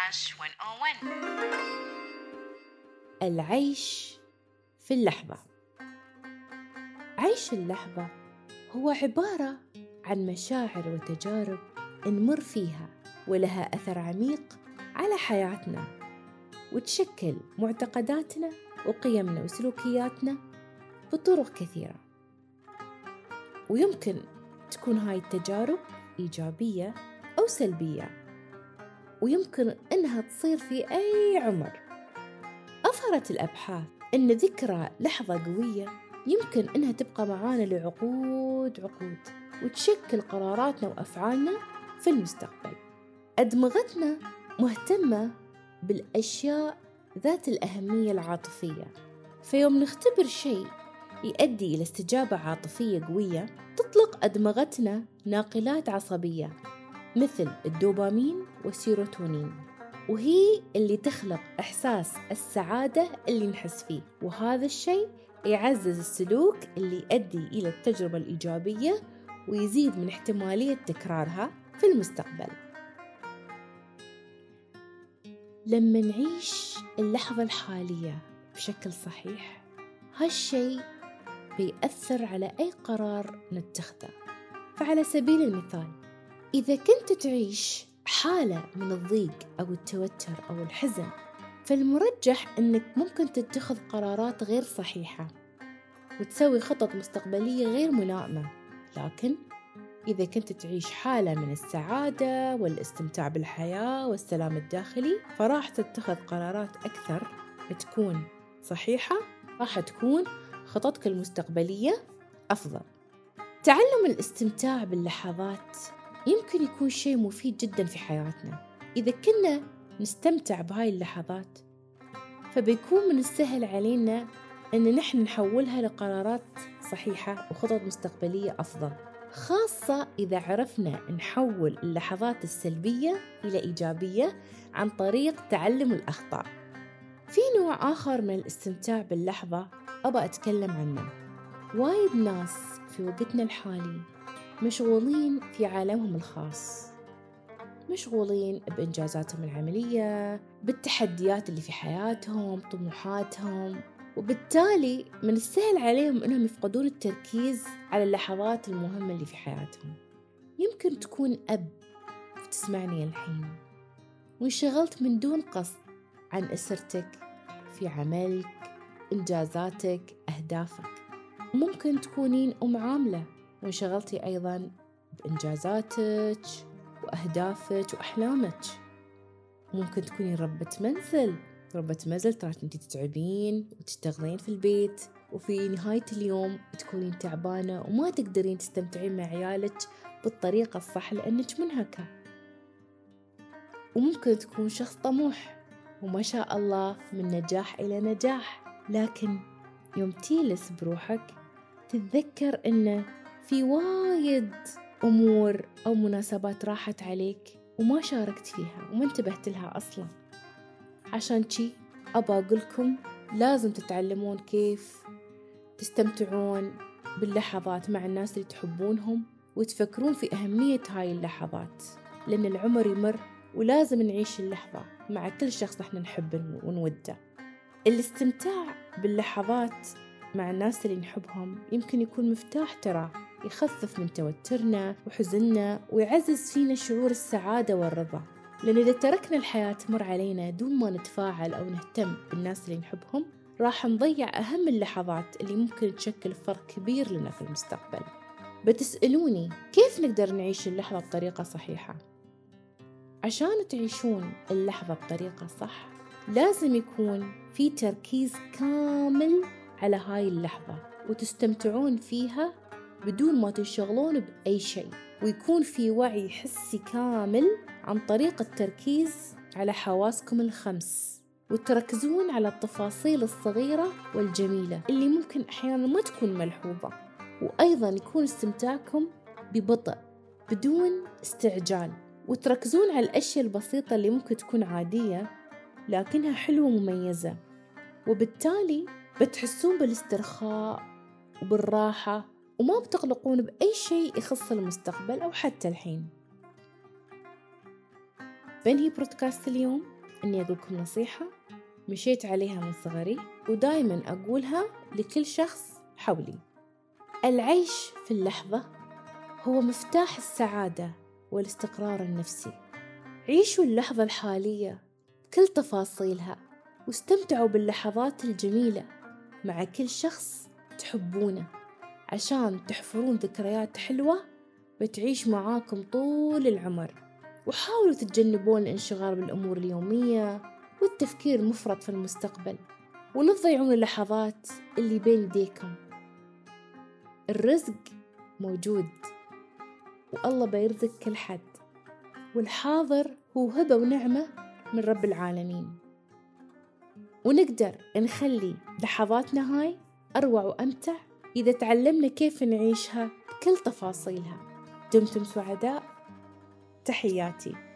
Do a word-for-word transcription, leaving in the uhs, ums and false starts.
داش مية وواحد. العيش في اللحظة. عيش اللحظة هو عبارة عن مشاعر وتجارب نمر فيها ولها أثر عميق على حياتنا، وتشكل معتقداتنا وقيمنا وسلوكياتنا بطرق كثيرة. ويمكن تكون هاي التجارب إيجابية أو سلبية، ويمكن أنها تصير في أي عمر. أظهرت الأبحاث أن ذكرى لحظة قوية يمكن أنها تبقى معانا لعقود عقود، وتشكل قراراتنا وأفعالنا في المستقبل. أدمغتنا مهتمة بالأشياء ذات الأهمية العاطفية، فيوم نختبر شيء يؤدي إلى استجابة عاطفية قوية تطلق أدمغتنا ناقلات عصبية مثل الدوبامين والسيروتونين، وهي اللي تخلق إحساس السعادة اللي نحس فيه، وهذا الشيء يعزز السلوك اللي يؤدي إلى التجربة الإيجابية ويزيد من احتمالية تكرارها في المستقبل. لما نعيش اللحظة الحالية بشكل صحيح، هالشيء بيأثر على أي قرار نتخذه. فعلى سبيل المثال، إذا كنت تعيش حالة من الضيق أو التوتر أو الحزن، فالمرجح أنك ممكن تتخذ قرارات غير صحيحة وتسوي خطط مستقبلية غير ملائمة. لكن إذا كنت تعيش حالة من السعادة والاستمتاع بالحياة والسلام الداخلي، فراح تتخذ قرارات أكثر بتكون صحيحة، راح تكون خططك المستقبلية أفضل. تعلم الاستمتاع باللحظات يمكن يكون شيء مفيد جدا في حياتنا. إذا كنا نستمتع بهاي اللحظات، فبيكون من السهل علينا أن نحن نحولها لقرارات صحيحة وخطط مستقبلية أفضل، خاصة إذا عرفنا نحول اللحظات السلبية إلى إيجابية عن طريق تعلم الأخطاء. في نوع آخر من الاستمتاع باللحظة أبغى أتكلم عنه. وايد ناس في وقتنا الحالي مشغولين في عالمهم الخاص، مشغولين بإنجازاتهم العملية، بالتحديات اللي في حياتهم، طموحاتهم، وبالتالي من السهل عليهم أنهم يفقدون التركيز على اللحظات المهمة اللي في حياتهم. يمكن تكون أب وتسمعني الحين وانشغلت من دون قصد عن أسرتك، في عملك، إنجازاتك، أهدافك. ممكن تكونين أم عاملة وانشغلتي أيضاً بإنجازاتك وأهدافك وأحلامك. ممكن تكونين ربة منزل ربة منزل ترى أنت تتعبين وتشتغلين في البيت، وفي نهاية اليوم تكونين تعبانة وما تقدرين تستمتعين مع عيالك بالطريقة الصح لأنك منهكة. وممكن تكون شخص طموح وما شاء الله من نجاح إلى نجاح، لكن يوم تيلس بروحك تتذكر أنه في وايد أمور أو مناسبات راحت عليك وما شاركت فيها وما انتبهت لها أصلا. عشان شي أبا أقولكم لازم تتعلمون كيف تستمتعون باللحظات مع الناس اللي تحبونهم، وتفكرون في أهمية هاي اللحظات، لأن العمر يمر ولازم نعيش اللحظة مع كل شخص احنا نحبه ونوده. الاستمتاع باللحظات مع الناس اللي نحبهم يمكن يكون مفتاح ترى يخفف من توترنا وحزننا ويعزز فينا شعور السعادة والرضا. لأن إذا تركنا الحياة تمر علينا دون ما نتفاعل أو نهتم بالناس اللي نحبهم، راح نضيع أهم اللحظات اللي ممكن تشكل فرق كبير لنا في المستقبل. بتسألوني كيف نقدر نعيش اللحظة بطريقة صحيحة؟ عشان تعيشون اللحظة بطريقة صح لازم يكون في تركيز كامل على هاي اللحظة وتستمتعون فيها بدون ما تنشغلون بأي شيء، ويكون في وعي حسي كامل عن طريق التركيز على حواسكم الخمس، وتركزون على التفاصيل الصغيرة والجميلة اللي ممكن أحيانا ما تكون ملحوظة. وأيضا يكون استمتاعكم ببطء بدون استعجال، وتركزون على الأشياء البسيطة اللي ممكن تكون عادية لكنها حلوة ومميزة، وبالتالي بتحسون بالاسترخاء وبالراحة وما بتقلقون بأي شيء يخص المستقبل أو حتى الحين. بنهي بودكاست اليوم أني أقولكم نصيحة مشيت عليها من صغري ودايما أقولها لكل شخص حولي: العيش في اللحظة هو مفتاح السعادة والاستقرار النفسي. عيشوا اللحظة الحالية بكل تفاصيلها، واستمتعوا باللحظات الجميلة مع كل شخص تحبونه، عشان تحفرون ذكريات حلوة بتعيش معاكم طول العمر. وحاولوا تتجنبون الانشغال بالأمور اليومية والتفكير المفرط في المستقبل، ولا تضيعون اللحظات اللي بين يديكم. الرزق موجود والله بيرزق كل حد، والحاضر هو هبة ونعمة من رب العالمين، ونقدر نخلي لحظاتنا هاي أروع وأمتع إذا تعلمنا كيف نعيشها بكل تفاصيلها. دمتم سعداء. تحياتي.